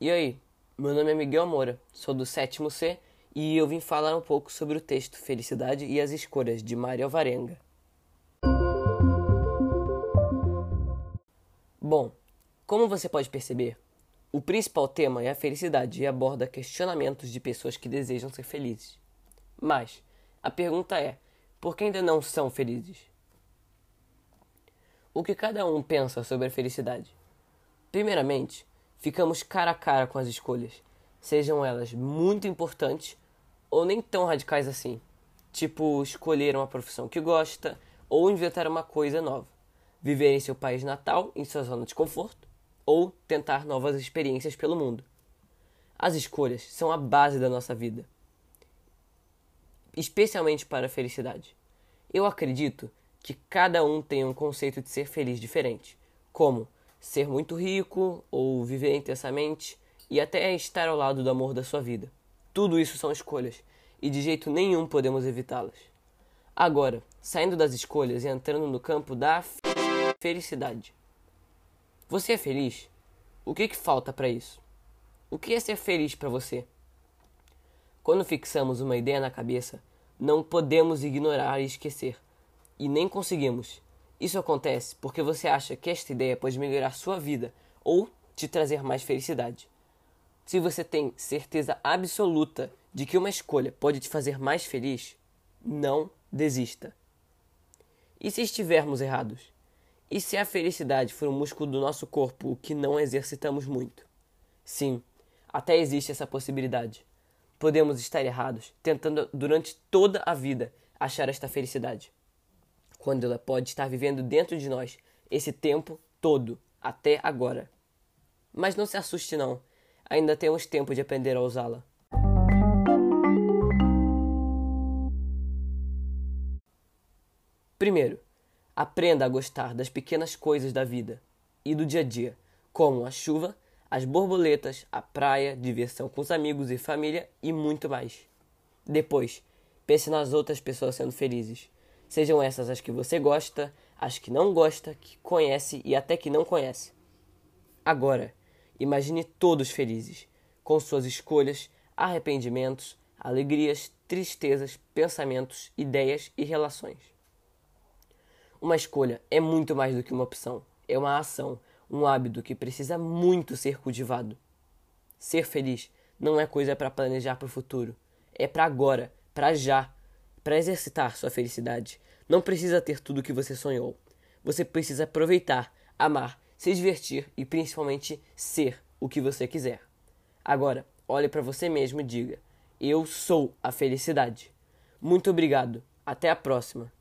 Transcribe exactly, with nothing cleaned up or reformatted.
E aí, meu nome é Miguel Moura, sou do sétimo C e eu vim falar um pouco sobre o texto Felicidade e as Escolhas, de Mário Alvarenga. Bom, como você pode perceber, o principal tema é a felicidade e aborda questionamentos de pessoas que desejam ser felizes. Mas, a pergunta é, por que ainda não são felizes? O que cada um pensa sobre a felicidade? Primeiramente, ficamos cara a cara com as escolhas, sejam elas muito importantes ou nem tão radicais assim, tipo escolher uma profissão que gosta ou inventar uma coisa nova, viver em seu país natal, em sua zona de conforto, ou tentar novas experiências pelo mundo. As escolhas são a base da nossa vida, especialmente para a felicidade. Eu acredito que cada um tem um conceito de ser feliz diferente, como ser muito rico ou viver intensamente e até estar ao lado do amor da sua vida. Tudo isso são escolhas e de jeito nenhum podemos evitá-las. Agora, saindo das escolhas e entrando no campo da felicidade. Você é feliz? O que que falta para isso? O que é ser feliz para você? Quando fixamos uma ideia na cabeça, não podemos ignorar e esquecer. E nem conseguimos. Isso acontece porque você acha que esta ideia pode melhorar sua vida ou te trazer mais felicidade. Se você tem certeza absoluta de que uma escolha pode te fazer mais feliz, não desista. E se estivermos errados? E se a felicidade for um músculo do nosso corpo, o que não exercitamos muito? Sim, até existe essa possibilidade. Podemos estar errados, tentando durante toda a vida achar esta felicidade, quando ela pode estar vivendo dentro de nós esse tempo todo, até agora. Mas não se assuste não, ainda temos tempo de aprender a usá-la. Primeiro, aprenda a gostar das pequenas coisas da vida e do dia a dia, como a chuva, as borboletas, a praia, diversão com os amigos e família e muito mais. Depois, pense nas outras pessoas sendo felizes. Sejam essas as que você gosta, as que não gosta, que conhece e até que não conhece. Agora, imagine todos felizes, com suas escolhas, arrependimentos, alegrias, tristezas, pensamentos, ideias e relações. Uma escolha é muito mais do que uma opção. É uma ação, um hábito que precisa muito ser cultivado. Ser feliz não é coisa para planejar para o futuro. É para agora, para já. Para exercitar sua felicidade, não precisa ter tudo o que você sonhou. Você precisa aproveitar, amar, se divertir e principalmente ser o que você quiser. Agora, olhe para você mesmo e diga: eu sou a felicidade. Muito obrigado. Até a próxima.